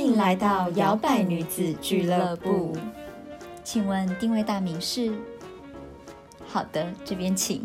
迎来到摇摆女子俱乐部。 请问定位大名是？好的，这边请。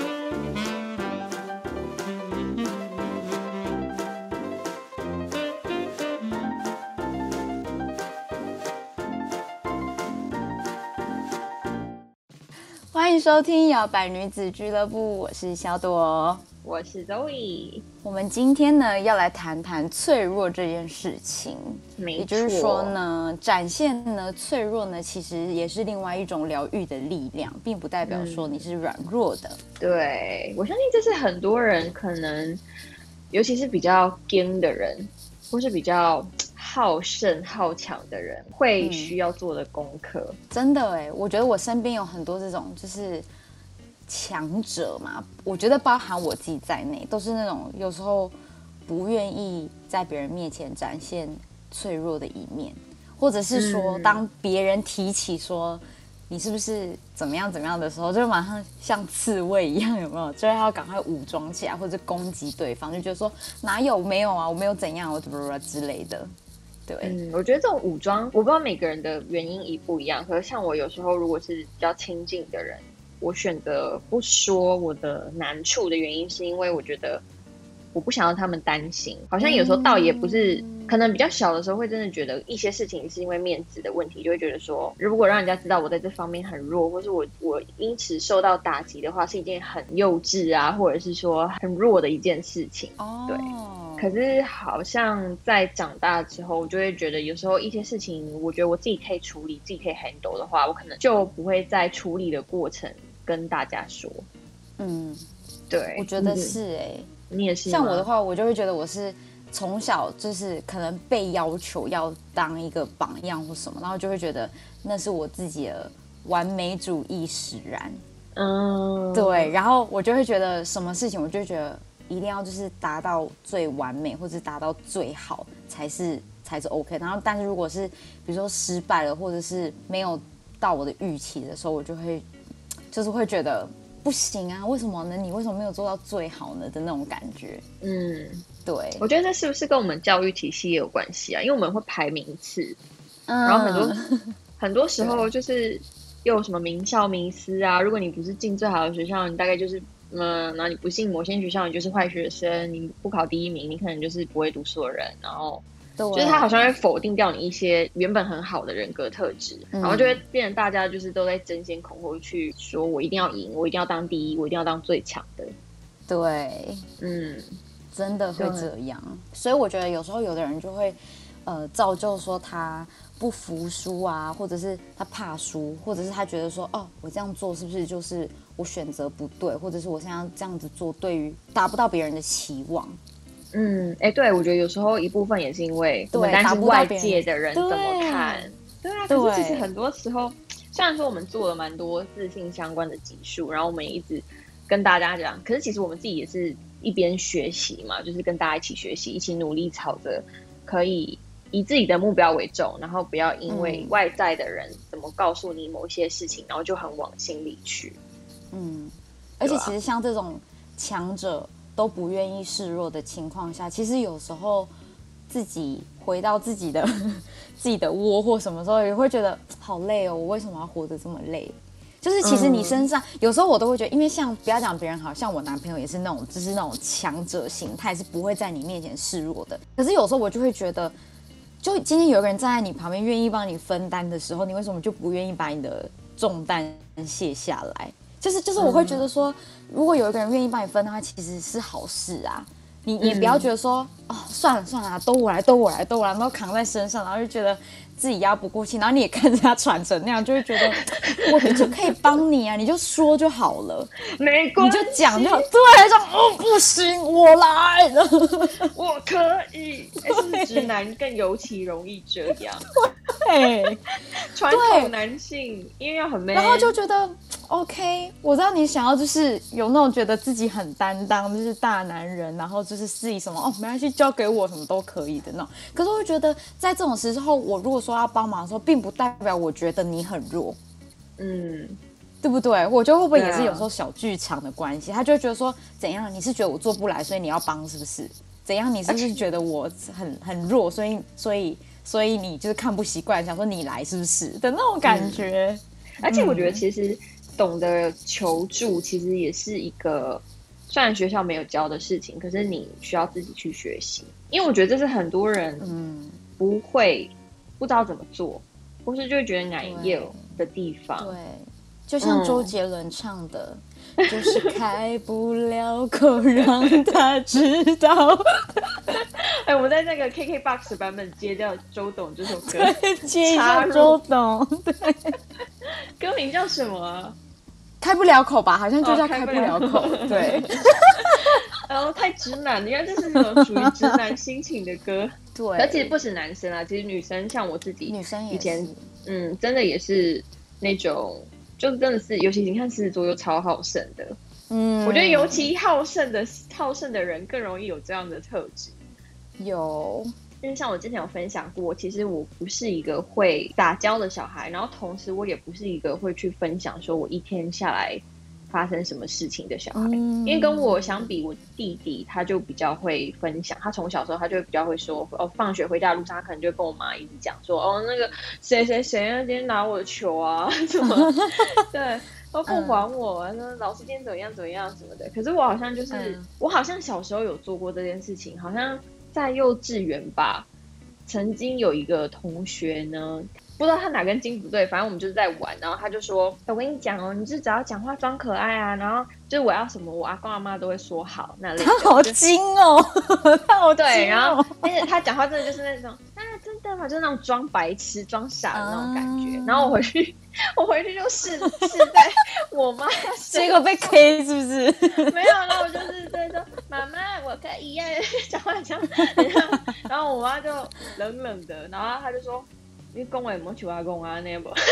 欢迎收听摇摆女子俱乐部，我是小朵， 我是 Zoe。 我们今天呢要来谈谈脆弱这件事情，也就是说呢，展现呢脆弱呢，其实也是另外一种疗愈的力量，并不代表说你是软弱的。 对，我相信这是很多人可能，尤其是比较硬的人，或是比较好胜好强的人会需要做的功课。 真的耶，我觉得我身边有很多这种就是强者嘛，我觉得包含我自己在内，都是那种有时候不愿意在别人面前展现脆弱的一面，或者是说当别人提起说你是不是怎么样怎么样的时候，就马上像刺猬一样，有没有？就要赶快武装起来，或者攻击对方，就觉得说哪有没有啊，我没有怎样，我怎么之类的。对， 我觉得这种武装，我不知道每个人的原因不一样。可是像我有时候如果是比较亲近的人，我选择不说我的难处的原因，是因为我觉得我不想要他们担心。好像有时候倒也不是，可能比较小的时候会真的觉得一些事情是因为面子的问题，就会觉得说，如果让人家知道我在这方面很弱，或是我因此受到打击的话，是一件很幼稚啊，或者是说很弱的一件事情。对。可是好像在长大之后，我就会觉得有时候一些事情，我觉得我自己可以处理，自己可以 handle 的话，我可能就不会在处理的过程跟大家说。对， 我觉得是你也是吗？ 像我的话，我就会觉得我是从小就是可能被要求要当一个榜样或什么，然后就会觉得那是我自己的完美主义使然。对，然后我就会觉得什么事情，我就觉得一定要就是达到最完美，或者达到最好才是 OK。然后，但是如果是比如说失败了，或者是没有到我的预期的时候，我就会觉得不行啊，为什么呢？你为什么没有做到最好呢？的那种感觉。对。 我觉得这是不是跟我们教育体系也有关系啊？因为我们会排名次，然后很多时候就是又有什么名校名师啊，如果你不是进最好的学校，你大概就是然后你不进某些学校，你就是坏学生，你不考第一名，你可能就是不会读书的人，然后就是他好像会否定掉你一些原本很好的人格特质，然后就会变成大家就是都在争先恐后去说我一定要赢，我一定要当第一，我一定要当最强的。 对，真的会这样。所以我觉得有时候有的人就会造就说他不服输啊，或者是他怕输，或者是他觉得说我这样做是不是就是我选择不对，或者是我现在这样子做对于达不到别人的期望。 对，我觉得有时候一部分也是因为我们担心外界的人怎么看。对啊，可是其实很多时候，虽然说我们做了蛮多自信相关的集数，然后我们也一直跟大家讲，可是其实我们自己也是一边学习嘛，就是跟大家一起学习，一起努力，朝着可以以自己的目标为重，然后不要因为外在的人怎么告诉你某些事情，然后就很往心里去。 而且其实像这种强者都不愿意示弱的情况下，其实有时候自己回到自己的窝或什么时候也会觉得好累哦，我为什么要活得这么累？就是其实你身上有时候我都会觉得，因为像不要讲别人好，像我男朋友也是那种就是那种强者型，他也是不会在你面前示弱的。可是有时候我就会觉得，就今天有一个人站在你旁边愿意帮你分担的时候，你为什么就不愿意把你的重担卸下来？就是我会觉得说，如果有一个人愿意帮你分的话，其实是好事啊。你不要觉得说算了，都我来，然后扛在身上，然后就觉得自己压不过气，然后你也看着他喘成那样，就会觉得我就可以帮你啊，你就说就好了， 没关系， 你就讲就好。对，说不行，我来了， 我可以。是直男更尤其容易这样。 对， 传统男性因为要很 man， 然后就觉得 OK， 我知道你想要就是有那种觉得自己很担当，就是大男人，然后就是自己什么没关系，交给我什么都可以的那种。可是我会觉得在这种时候，我如果说要帮忙的时候，并不代表我觉得你很弱，对不对？我觉得会不会也是有时候小剧场的关系？他就会觉得说怎样？你是觉得我做不来，所以你要帮是不是？怎样？你是不是觉得我很弱，所以所以你就是看不习惯，想说你来是不是的那种感觉。 而且我觉得其实懂得求助其实也是一个虽然学校没有教的事情，可是你需要自己去学习，因为我觉得这是很多人不知道怎么做，或是就会觉得难有的地方。 对，就像周杰伦唱的，就是开不了口让他知道。 哎，我们在那个 KKBOX 版本接掉周董这首歌， 接一下周董，对， 歌名叫什么啊？ 开不了口吧，好像就叫开不了口，对。 然后太直男，因为这是那种属于直男心情的歌。 对， 而其实不止男生啊，其实女生像我自己， 女生也是以前真的也是那种，就是真的是，尤其你看狮子座又超好胜的，我觉得尤其好胜的人更容易有这样的特质。 有， 因为像我之前有分享过，其实我不是一个会撒娇的小孩，然后同时我也不是一个会去分享说我一天下来发生什么事情的小孩，因为跟我相比，我弟弟他就比较会分享，他从小时候他就会比较会说，放学回家的路上，他可能就会跟我妈一直讲说，那个谁谁谁今天拿我的球啊什么，对，都不还我，说老师今天怎么样怎么样什么的。可是我好像就是，我好像小时候有做过这件事情，好像在幼稚园吧，曾经有一个同学呢。不知道他哪根筋不对，反正我们就是在玩，然后他就说：“我跟你讲哦，你就只要讲话装可爱啊，然后就是我要什么，我阿公阿妈都会说好那类的。” 他好精哦，他好精哦。 对，然后而且他讲话真的就是那种真的嘛，就是那种装白痴、装傻的那种感觉。然后我回去就是在我妈结果被 K 是不是？ 没有，然后我就是在说妈妈，我可以讲话这样，然后我妈就冷冷的，然后他就说。你讲话有没有像阿公啊那样不？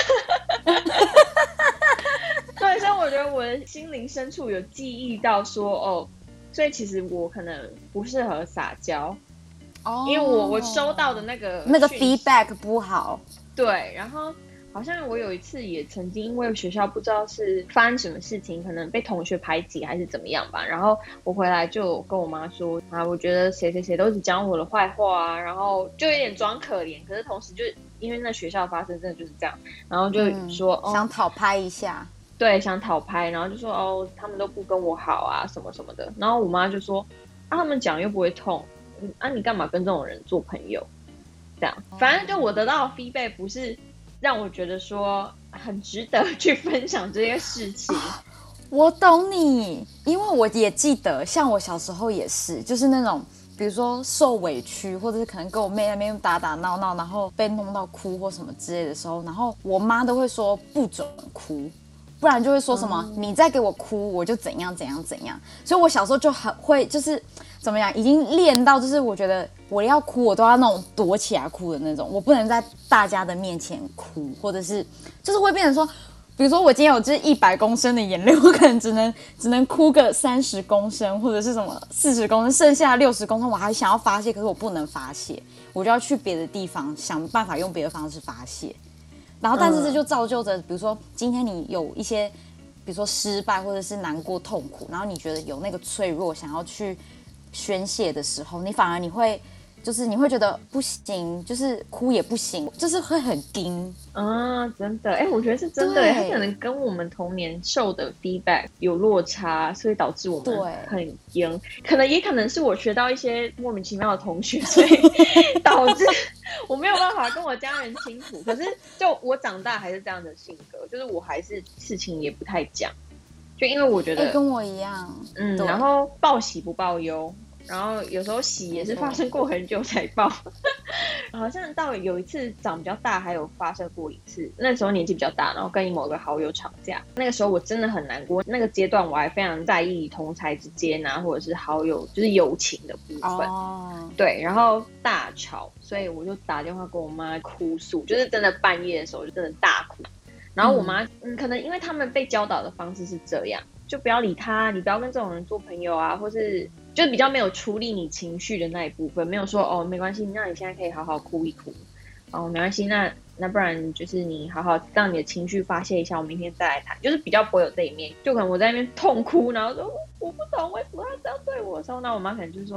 对，所以我觉得我的心灵深处有记忆到说，所以其实我可能不适合撒娇，因为我收到的那个 feedback 不好。 对，然后好像我有一次也曾经因为学校不知道是发生什么事情，可能被同学排挤还是怎么样吧，然后我回来就跟我妈说我觉得谁谁谁都只讲我的坏话啊，然后就有点装可怜，可是同时就因为那学校发生真的就是这样，然后就说想讨拍一下， 对，想讨拍，然后就说他们都不跟我好啊什么什么的，然后我妈就说他们讲又不会痛，你干嘛跟这种人做朋友？这样，反正就我得到的 feedback 不是让我觉得说很值得去分享这些事情。 我懂你，因为我也记得，像我小时候也是，就是那种。比如说受委屈，或者是可能跟我妹那边打打闹闹，然后被弄到哭或什么之类的时候，然后我妈都会说不准哭，不然就会说什么你再给我哭，我就怎样怎样怎样。所以我小时候就很会，就是怎么样，已经练到就是我觉得我要哭，我都要那种躲起来哭的那种，我不能在大家的面前哭，或者是就是会变成说。比如说我今天有这100公升的眼泪，我可能只能哭个30公升，或者是什么40公升，剩下60公升我还想要发泄，可是我不能发泄，我就要去别的地方想办法用别的方式发泄。然后但是这就造就着，比如说今天你有一些，比如说失败或者是难过痛苦，然后你觉得有那个脆弱想要去宣泄的时候，你反而你会觉得不行，就是哭也不行，就是会很硬啊，真的，我觉得是真的，它可能跟我们童年受的 feedback 有落差，所以导致我们很硬，也可能是我学到一些莫名其妙的同学，所以导致我没有办法跟我家人倾吐。可是就我长大还是这样的性格，就是我还是事情也不太讲，就因为我觉得跟我一样， 然后报喜不报忧。然后有时候喜也是发生过很久才报，好像到有一次长比较大，还有发生过一次。那时候年纪比较大，然后跟某个好友吵架，那个时候我真的很难过。那个阶段我还非常在意同侪之间啊，或者是好友就是友情的部分。对，然后大吵，所以我就打电话跟我妈哭诉，就是真的半夜的时候就真的大哭。然后我妈可能因为他们被教导的方式是这样，就不要理他，你不要跟这种人做朋友啊，或是就比较没有处理你情绪的那一部分，没有说没关系，那你现在可以好好哭一哭，没关系，那不然就是你好好让你的情绪发泄一下，我明天再来谈，就是比较不会有这一面。就可能我在那边痛哭，然后说我不懂为什么他这样对我的时候，那我妈可能就是说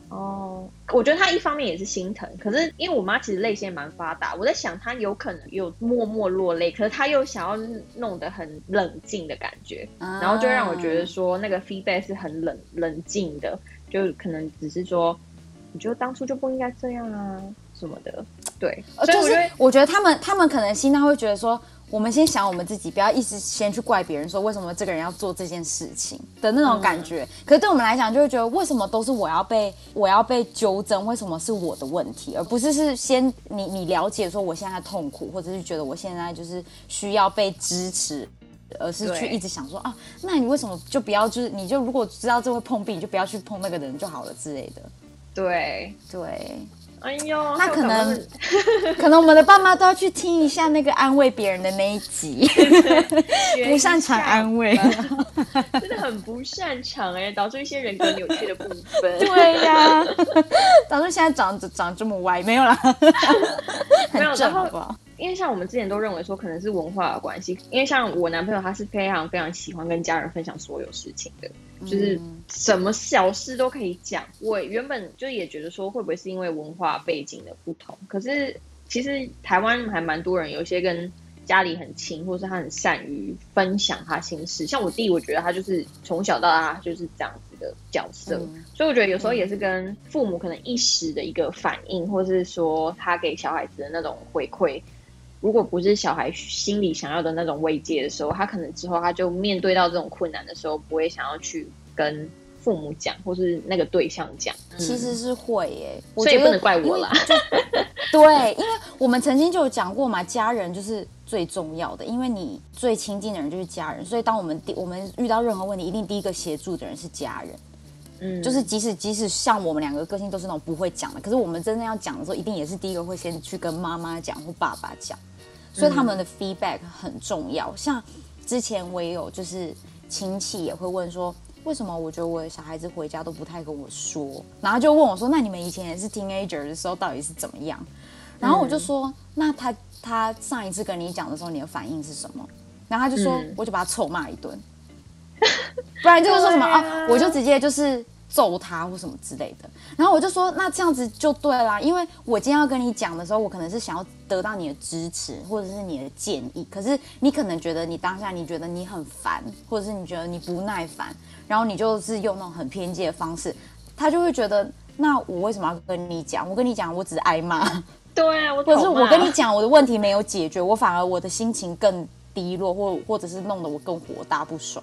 哦，我觉得他一方面也是心疼，可是因为我妈其实泪腺蛮发达，我在想她有可能有默默落泪，可是她又想要弄得很冷静的感觉，然后就让我觉得说那个 feedback 是很冷静的，就可能只是说，你就当初就不应该这样啊什么的，对，所以我觉得他们可能心态会觉得说，我们先想我们自己，不要一直先去怪别人说为什么这个人要做这件事情的那种感觉。可是对我们来讲，就会觉得为什么都是我要被纠正，为什么是我的问题，而不是先你了解说我现在痛苦，或者是觉得我现在就是需要被支持。而是去一直想说啊，那你为什么就不要就是你就如果知道这会碰壁，你就不要去碰那个人就好了之类的。 对。哎呦， 那可能我们的爸妈都要去听一下那个安慰别人的那一集，不擅长安慰， 真的很不擅长导出一些人格扭曲的部分。 对呀，导致现在长这么歪，没有啦， 没有正好不好？ 因为像我们之前都认为说可能是文化的关系，因为像我男朋友他是非常非常喜欢跟家人分享所有事情的，就是什么小事都可以讲。我原本就也觉得说会不会是因为文化背景的不同，可是其实台湾还蛮多人有些跟家里很亲，或是他很善于分享他心事。像我弟，我觉得他就是从小到大就是这样子的角色，所以我觉得有时候也是跟父母可能一时的一个反应，或是说他给小孩子的那种回馈。如果不是小孩心里想要的那种慰藉的时候，他可能之后他就面对到这种困难的时候，不会想要去跟父母讲，或是那个对象讲。 其实是会耶， 所以不能怪我啦。 对，因为我们曾经就有讲过嘛，家人就是最重要的，因为你最亲近的人就是家人，所以当我们遇到任何问题，一定第一个协助的人是家人。就是即使像我们两个个性都是那种不会讲的，可是我们真正要讲的时候，一定也是第一个会先去跟妈妈讲或爸爸讲，所以他们的 feedback 很重要。像之前我也有就是亲戚也会问说，为什么我觉得我的小孩子回家都不太跟我说，然后就问我说，那你们以前也是 teenager 的时候到底是怎么样？然后我就说，那他上一次跟你讲的时候，你的反应是什么？然后他就说，我就把他臭骂一顿。不然就是说什么我就直接就是揍他或什么之类的。然后我就说，那这样子就对啦，因为我今天要跟你讲的时候，我可能是想要得到你的支持或者是你的建议，可是你可能觉得你当下你觉得你很烦，或者是你觉得你不耐烦，然后你就是用那种很偏激的方式，他就会觉得，那我为什么要跟你讲？我跟你讲，我只是挨骂。 对啊， 或者是我跟你讲我的问题没有解决，我反而我的心情更低落，或者是弄得我更火大不爽。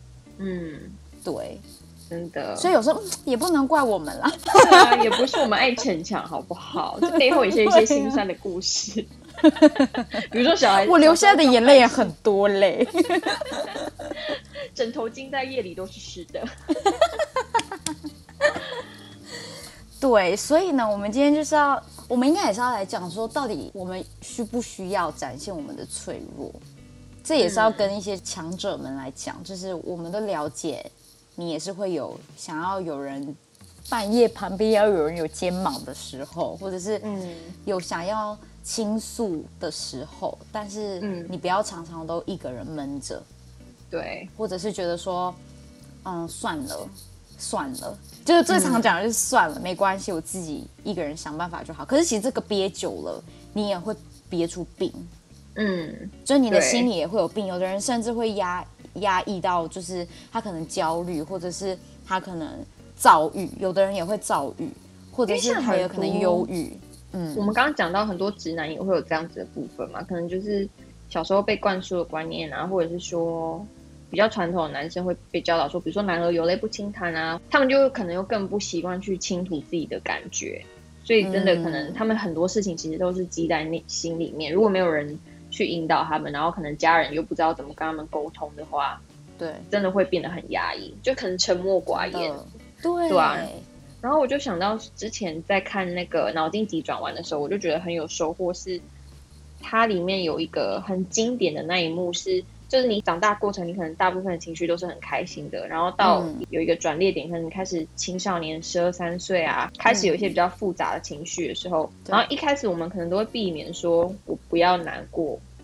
对，真的，所以有时候也不能怪我们啦。 对啊，也不是我们爱逞强，好不好？这背后也是一些心酸的故事。比如说小孩， 我流下的眼泪也很多嘞。 枕头巾在夜里都是湿的。 对，所以呢，我们今天就是我们应该也是要来讲说，到底我们需不需要展现我们的脆弱？这也是要跟一些强者们来讲，就是我们都了解，你也是会有想要有人半夜旁边要有人有肩膀的时候，或者是有想要倾诉的时候，但是你不要常常都一个人闷着， 对， 或者是觉得说，算了，就是最常讲的就是算了，没关系，我自己一个人想办法就好。可是其实这个憋久了，你也会憋出病。就是你的心里也会有病，有的人甚至会压抑到，就是他可能焦虑，或者是他可能躁郁，有的人也会躁郁，或者是他有可能忧郁。 我们刚刚讲到很多直男也会有这样子的部分嘛，可能就是小时候被灌输的观念啊，或者是说比较传统的男生会被教导说，比如说男儿有泪不轻弹啊，他们就可能又更不习惯去倾吐自己的感觉，所以真的可能他们很多事情其实都是积在心里面，如果没有人去引导他们，然后可能家人又不知道怎么跟他们沟通的话，对，真的会变得很压抑，就可能沉默寡言。对啊。然后我就想到之前在看那个脑筋急转弯的时候，我就觉得很有收获，是它里面有一个很经典的那一幕是，就是你长大过程，你可能大部分的情绪都是很开心的，然后到有一个转捩点，可能你开始青少年12、13岁啊，开始有一些比较复杂的情绪的时候，然后一开始我们可能都会避免说我不要难过，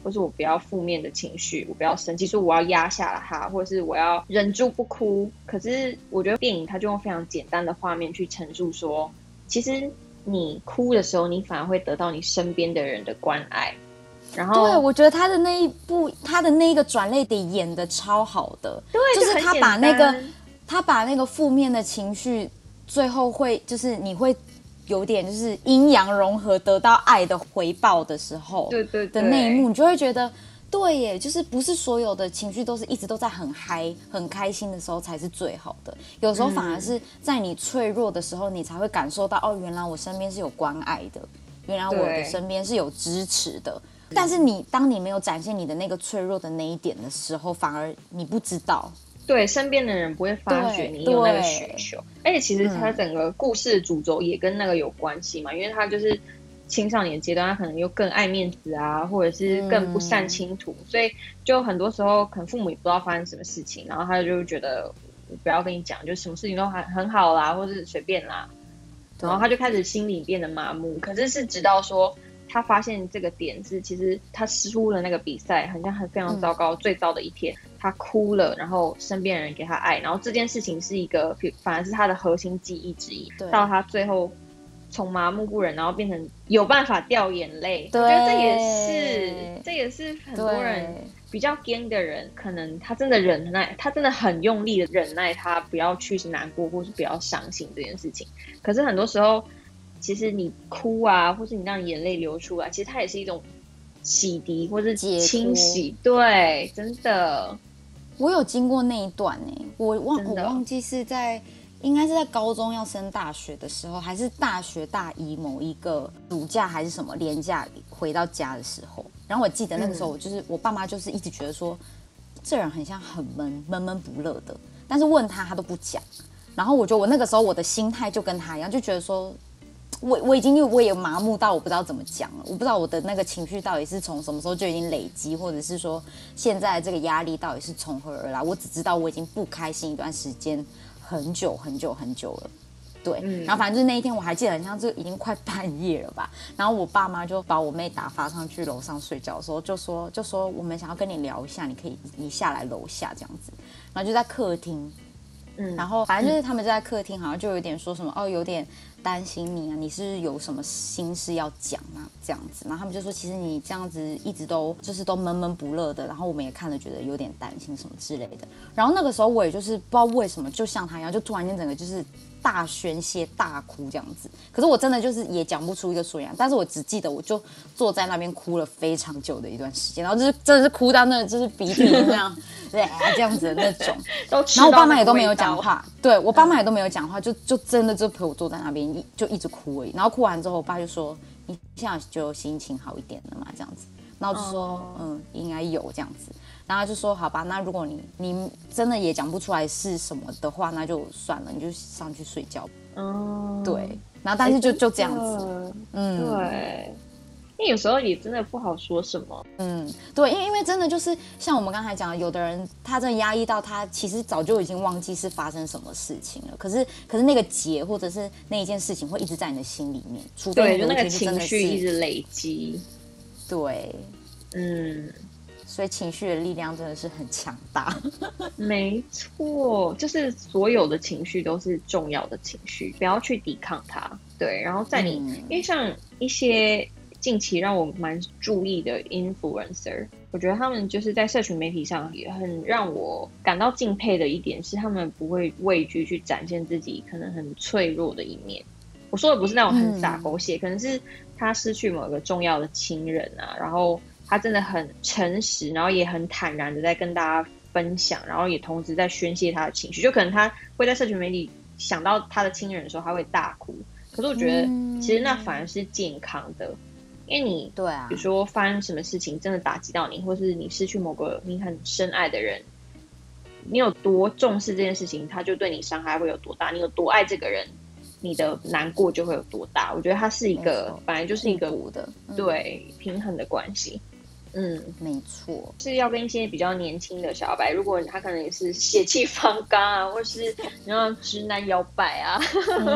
或是我不要负面的情绪，我不要生气，说我要压下了它，或者是我要忍住不哭。可是我觉得电影它就用非常简单的画面去陈述说，其实你哭的时候，你反而会得到你身边的人的关爱。然后对，我觉得他的那一部，他的那个转捩点演的超好的， 对， 就是他把那个负面的情绪，最后会就是你会有点就是阴阳融合，得到爱的回报的时候， 对的那一幕，你就会觉得，对耶，就是不是所有的情绪都是一直都在很嗨、很开心的时候才是最好的，有时候反而是在你脆弱的时候，你才会感受到哦，原来我身边是有关爱的，原来我的身边是有支持的。但是当你没有展现你的那个脆弱的那一点的时候，反而你不知道。 对，身边的人不会发觉你有那个需求，而且其实他整个故事的主轴也跟那个有关系嘛，因为他就是青少年阶段，他可能又更爱面子啊，或者是更不善倾吐，所以就很多时候可能父母也不知道发生什么事情，然后他就觉得我不要跟你讲，就什么事情都很好啦，或者是随便啦，然后他就开始心里变得麻木。可是直到说他发现这个点是，其实他输了那个比赛，好像非常糟糕，最糟的一天，他哭了，然后身边人给他爱，然后这件事情是一个反而是他的核心记忆之一。到他最后从麻木不仁，然后变成有办法掉眼泪。我觉得这也是很多人比较硬的人，可能他真的忍耐，他真的很用力的忍耐，他不要去难过或是不要伤心这件事情。可是很多时候，其实你哭啊，或是你让眼泪流出来，其实它也是一种洗涤或是清洗。对，真的， 我有经过那一段我忘记是应该是在高中要升大学的时候，还是大学大一某一个暑假还是什么连假回到家的时候，然后我记得那个时候我爸妈就是一直觉得说这人很像很闷不乐的，但是问他都不讲。然后我觉得我那个时候我的心态就跟他一样，就觉得说我也麻木到我不知道怎么讲了，我不知道我的那个情绪到底是从什么时候就已经累积，或者是说现在这个压力到底是从何而来。我只知道我已经不开心一段时间很久了。对，然后反正就是那一天我还记得很像，就已经快半夜了吧。然后我爸妈就把我妹打发上去楼上睡觉的时候，就说我们想要跟你聊一下，你下来楼下这样子。然后就在客厅。然后反正就是他们就在客厅，好像就有点说什么有点担心你啊，你是有什么心事要讲啊这样子。然后他们就说，其实你这样子一直都闷不乐的，然后我们也看了觉得有点担心什么之类的。然后那个时候我也就是不知道为什么，就像他一样，就突然间整个就是大宣泄大哭这样子。可是我真的就是也讲不出一个所以然，但是我只记得我就坐在那边哭了非常久的一段时间，然后就是真的是哭到那就是鼻涕这样这样子的那种。然后我爸妈也都没有讲话，对，我爸妈也都没有讲话，就真的就陪我坐在那边就一直哭而已。然后哭完之后，我爸就说：“你现在就心情好一点了嘛？”这样子。然后我就说：“应该有这样子。”然后他就说：“好吧，那如果你真的也讲不出来是什么的话，那就算了，你就上去睡觉。”对。然后但是就这样子， 对。因为有时候也真的不好说什么。 对，因为真的就是像我们刚才讲的，有的人他真的压抑到他其实早就已经忘记是发生什么事情了，可是那个结或者是那一件事情会一直在你的心里面，除非就那个情绪一直累积。 对，所以情绪的力量真的是很强大。 没错，就是所有的情绪都是重要的情绪，不要去抵抗它。对，然后在你，因为像一些近期让我蛮注意的 influencer， 我觉得他们就是在社群媒体上也很让我感到敬佩的一点是，他们不会畏惧去展现自己可能很脆弱的一面。我说的不是那种很洒狗血，可能是他失去某个重要的亲人啊，然后他真的很诚实，然后也很坦然的在跟大家分享，然后也同时在宣泄他的情绪。就可能他会在社群媒体想到他的亲人的时候，他会大哭。可是我觉得其实那反而是健康的。因为你对啊，比如说发生什么事情真的打击到你，或是你失去某个你很深爱的人，你有多重视这件事情，他就对你伤害会有多大。你有多爱这个人，你的难过就会有多大。我觉得它是一个本来就是一个对平衡的关系。 没错， 是要跟一些比较年轻的小白，如果他可能也是血气方刚啊，或是然后直男摇摆啊，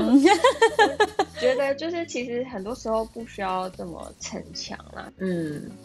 觉得就是其实很多时候不需要这么逞强啦。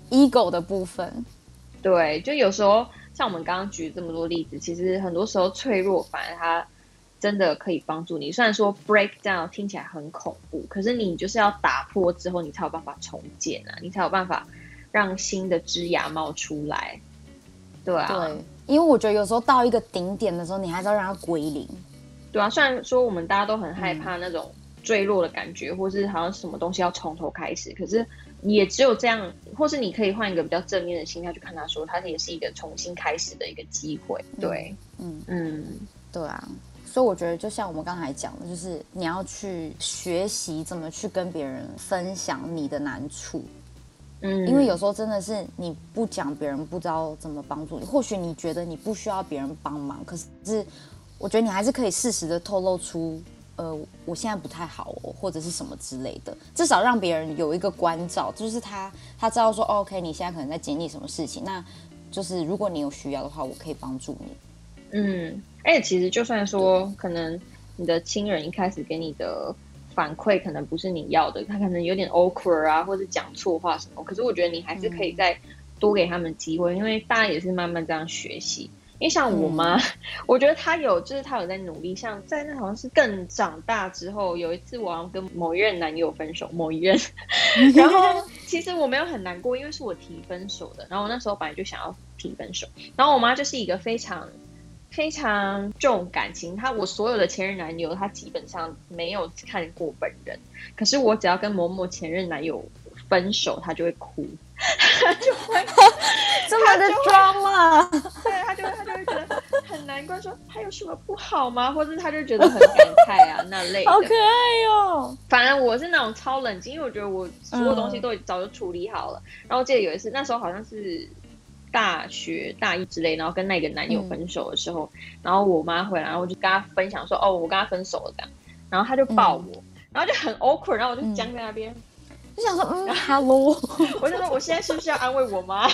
ego 的部分。 对，就有时候像我们刚刚举这么多例子，其实很多时候脆弱反而它真的可以帮助你。虽然说 break down 听起来很恐怖，可是你就是要打破之后，你才有办法重建啊，你才有办法让新的枝芽冒出来。对啊， 对，因为我觉得有时候到一个顶点的时候，你还是要让它归零。 对啊，虽然说我们大家都很害怕那种坠落的感觉，或是好像什么东西要从头开始，可是也只有这样，或是你可以换一个比较正面的心态去看它，说它也是一个重新开始的一个机会。对， 对啊。所以我觉得，就像我们刚才讲的，就是你要去学习怎么去跟别人分享你的难处。因为有时候真的是你不讲，别人不知道怎么帮助你。或许你觉得你不需要别人帮忙，可是我觉得你还是可以适时的透露出，我现在不太好哦，或者是什么之类的。至少让别人有一个关照，就是他知道说，OK，你现在可能在经历什么事情，那就是如果你有需要的话，我可以帮助你。 而且其实就算说可能你的亲人一开始给你的反馈可能不是你要的，他可能有点 awkward 啊，或者讲错话什么，可是我觉得你还是可以再多给他们机会，因为大家也是慢慢这样学习。因为像我妈，我觉得她有在努力，像在那好像是更长大之后，有一次我好像跟某一任男友分手，然后其实我没有很难过，因为是我提分手的，然后我那时候本来就想要提分手，然后我妈就是一个非常非常重感情，我所有的前任男友，他基本上没有看过本人，可是我只要跟某某前任男友分手，他就会哭，他就会这么的drama， 对，他就会觉得很难过，说他有什么不好吗？或者他就觉得很感慨啊那类的。 好可爱哦！ 反正我是那种超冷静，因为我觉得我所有东西都早就处理好了。然后记得有一次，那时候好像是大学大一之类，然后跟那个男友分手的时候，然后我妈回来，然后我就跟她分享说，我跟他分手了这样，然后他就抱我，然后就很 awkward，然后我就僵在那边。 就想说，hello， 我就说我现在是不是要安慰我妈？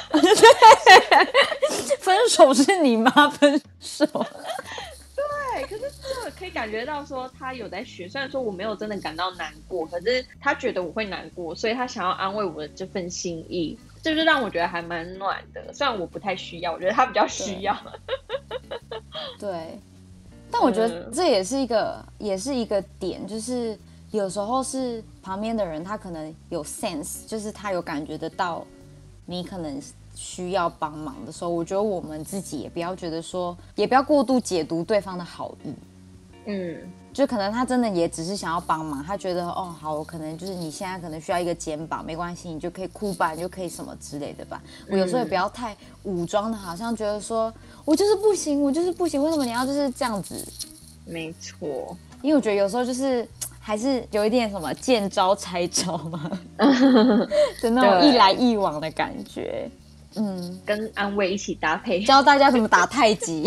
分手是你妈分手， 对，可是这可以感觉到说他有在学，虽然说我没有真的感到难过，可是他觉得我会难过，所以他想要安慰我的这份心意，这就让我觉得还蛮暖的。虽然我不太需要，我觉得他比较需要。 对，但我觉得这也是一个点，就是有时候是旁边的人他可能有 sense， 就是他有感觉得到你可能需要帮忙的时候，我觉得我们自己也不要觉得说，也不要过度解读对方的好意。就可能他真的也只是想要帮忙，他觉得好，我可能就是你现在可能需要一个肩膀，没关系，你就可以哭吧，你就可以什么之类的吧。我有时候也不要太武装的，好像觉得说我就是不行，为什么你要就是这样子？ 没错， 因为我觉得有时候就是还是有一点什么见招拆招嘛的那种一来一往的感觉。 跟安慰一起搭配， 教大家怎么打太极。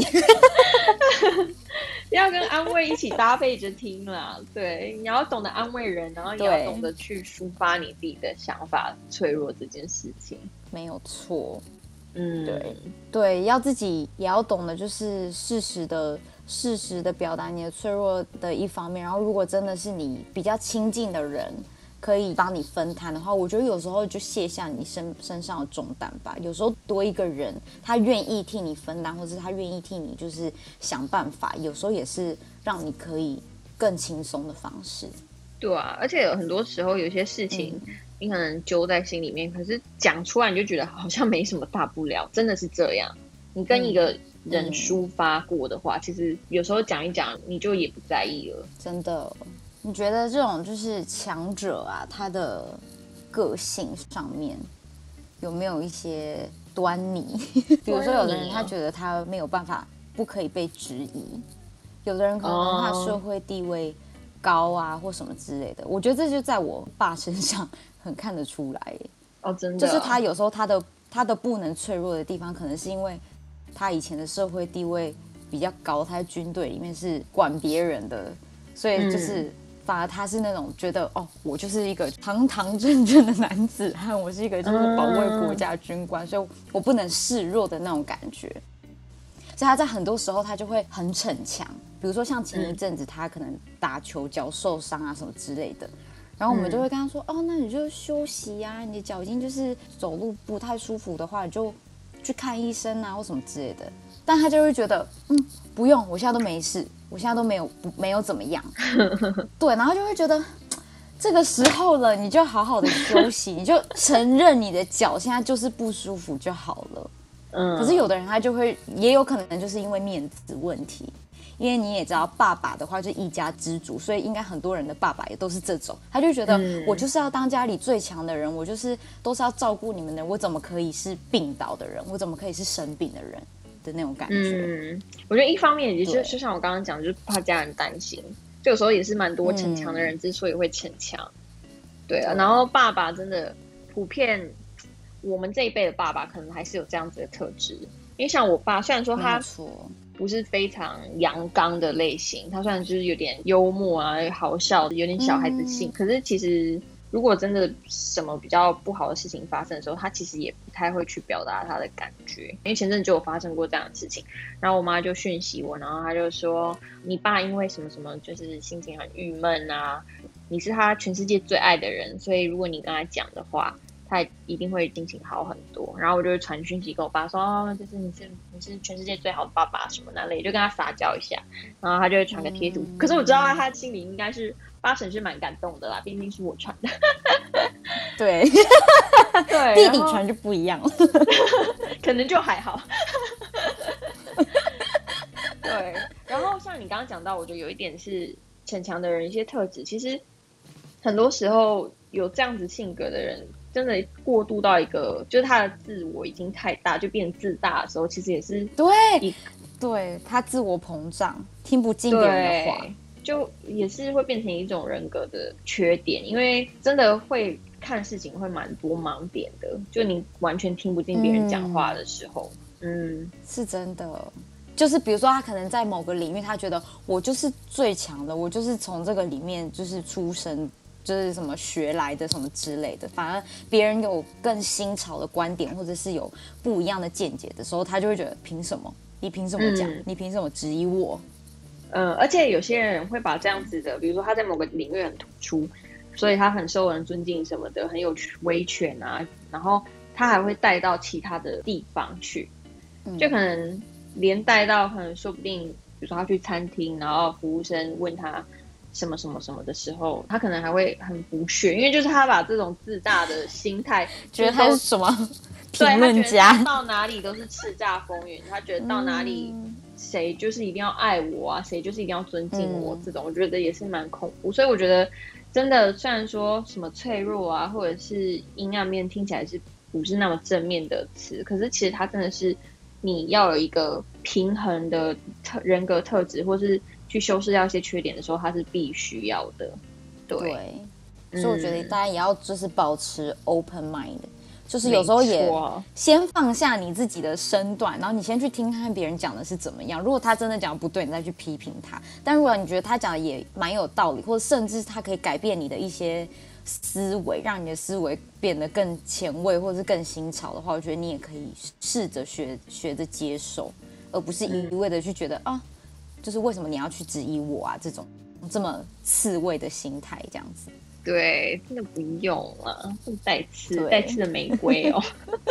要跟安慰一起搭配着听啦。对，你要懂得安慰人，然后也要懂得去抒发你自己的想法、脆弱这件事情。 没有错。对，要自己也要懂得，就是适时的表达你的脆弱的一方面。然后，如果真的是你比较亲近的人，可以帮你分摊的话，我觉得有时候就卸下你身上的重担吧。有时候多一个人，他愿意替你分担，或者他愿意替你就是想办法，有时候也是让你可以更轻松的方式。 对啊，而且有很多时候有些事情你可能揪在心里面，可是讲出来你就觉得好像没什么大不了，真的是这样。你跟一个人抒发过的话，其实有时候讲一讲，你就也不在意了。 真的。你觉得这种就是强者啊，他的个性上面有没有一些端倪？比如说，有的人他觉得他没有办法，不可以被质疑；有的人可能他社会地位高啊，或什么之类的。我觉得这就在我爸身上很看得出来。 真的， 就是他有时候他的不能脆弱的地方，可能是因为他以前的社会地位比较高，他在军队里面是管别人的，所以就是。反而他是那种觉得我就是一个堂堂正正的男子汉，我是一个就是保卫国家军官，所以我不能示弱的那种感觉。所以他在很多时候他就会很逞强，比如说像前一阵子他可能打球脚受伤啊什么之类的， 然后我们就会跟他说，哦，那你就休息啊，你的脚已经就是走路不太舒服的话，你就去看医生啊，或什么之类的。但他就会觉得，不用，我现在都没事，我现在都没有怎么样。对，然后就会觉得这个时候了，你就好好的休息，你就承认你的脚现在就是不舒服就好了。可是有的人他就会，也有可能就是因为面子问题。因为你也知道，爸爸的话就是一家之主，所以应该很多人的爸爸也都是这种，他就觉得我就是要当家里最强的人，我就是都是要照顾你们的，我怎么可以是病倒的人，我怎么可以是生病的人的那种感觉。 我觉得一方面也就像我刚刚讲，就是怕家人担心，就有时候也是蛮多逞强的人之所以会逞强，对啊。然后爸爸真的普遍，我们这一辈的爸爸可能还是有这样子的特质，因为像我爸，虽然说他不是非常阳刚的类型，他虽然就是有点幽默啊、好笑，有点小孩子性，可是其实如果真的什么比较不好的事情发生的时候，他其实也不太会去表达他的感觉。因为前阵就有发生过这样的事情，然后我妈就讯息我，然后她就说你爸因为什么什么就是心情很郁闷啊，你是他全世界最爱的人，所以如果你跟他讲的话，他一定会心情好很多。然后我就会传讯息跟我爸说，哦，就是你是全世界最好的爸爸什么那类，就跟他撒娇一下，然后他就会传个贴图。可是我知道他心里应该是8成是蛮感动的啦，毕竟是我传的。 对对， 弟弟传就不一样了， 可能就还好。对，然后像你刚刚讲到，我觉得有一点是逞强的人一些特质，其实很多时候有这样子性格的人，真的过渡到一个，就是他的自我已经太大，就变自大的时候，其实也是对他自我膨胀，听不进别人的话， 就也是会变成一种人格的缺点，因为真的会看事情会蛮多盲点的，就你完全听不进别人讲话的时候， 是真的。就是比如说他可能在某个领域，他觉得我就是最强的，我就是从这个里面就是出生，就是什么学来的什么之类的。反而别人有更新潮的观点，或者是有不一样的见解的时候，他就会觉得凭什么？你凭什么讲？你凭什么质疑我？ 而且有些人会把这样子的，比如说他在某个领域很突出，所以他很受人尊敬什么的，很有威权啊，然后他还会带到其他的地方去，就可能连带到可能说不定，比如说他去餐厅，然后服务生问他什么什么什么的时候，他可能还会很不屑，因为就是他把这种自大的心态， 觉得他是什么评论家， 他到哪里都是叱咤风云，他觉得到哪里谁就是一定要爱我啊，谁就是一定要尊敬我，这种我觉得也是蛮恐怖。所以我觉得真的，虽然说什么脆弱啊，或者是阴暗面听起来是不是那么正面的词，可是其实它真的是你要有一个平衡的人格特质，或是去修饰掉一些缺点的时候，它是必须要的。对， 所以我觉得大家也要就是保持 open mind， 就是有时候也先放下你自己的身段，然后你先去听看别人讲的是怎么样。如果他真的讲不对，你再去批评他。但如果你觉得他讲的也蛮有道理，或者甚至他可以改变你的一些思维，让你的思维变得更前卫或者是更新潮的话，我觉得你也可以试着学着接受，而不是一味的去觉得啊，就是为什么你要去质疑我啊，这种这么刺猬的心态这样子。 对，真的不用了，带刺的玫瑰哦。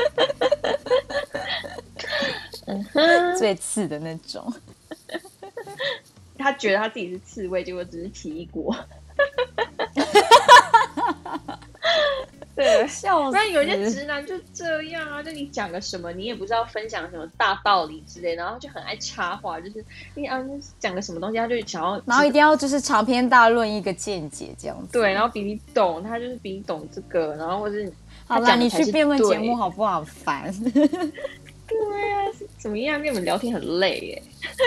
最刺的那种。 他觉得他自己是刺猬，结果只是奇异果。对， 笑死！ 不然有些直男就这样啊，就你讲个什么，你也不是要分享什么大道理之类，然后就很爱插话，就是你讲个什么东西，他就想要， 然后一定要就是长篇大论一个见解这样子。 对，然后比你懂，他就是比你懂这个，然后或是好啦，你去辩论节目好不好？烦。 对啊，怎么样？跟你们聊天很累耶。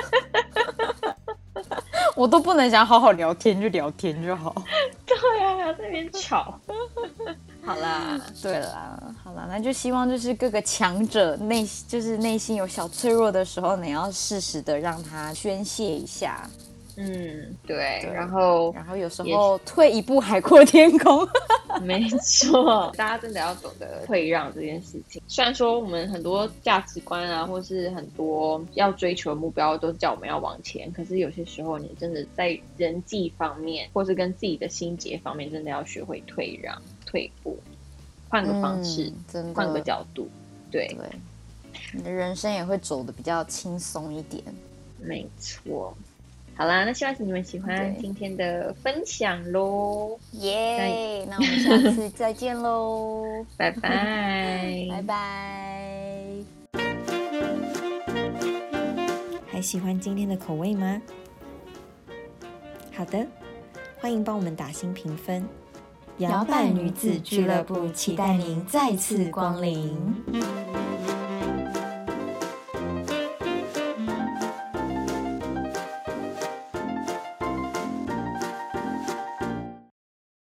我都不能想好好聊天，就聊天就好。 对啊，在那边吵。好啦， 对啦，好啦，那就希望就是各个强者就是内心有小脆弱的时候，你要适时的让他宣泄一下。 对，然后有时候退一步海阔天空。 没错，大家真的要懂得退让这件事情。虽然说我们很多价值观啊，或是很多要追求的目标都叫我们要往前，可是有些时候你真的在人际方面，或是跟自己的心结方面，真的要学会退让、退步，换个方式，换个角度，对， 你的人生也会走得比较轻松一点。 没错。好啦，那希望你们喜欢今天的分享咯。 耶！那我们下次再见咯。 拜拜。 拜拜。 还喜欢今天的口味吗？好的，欢迎帮我们打星评分。摇摆女子俱乐部期待您再次光临。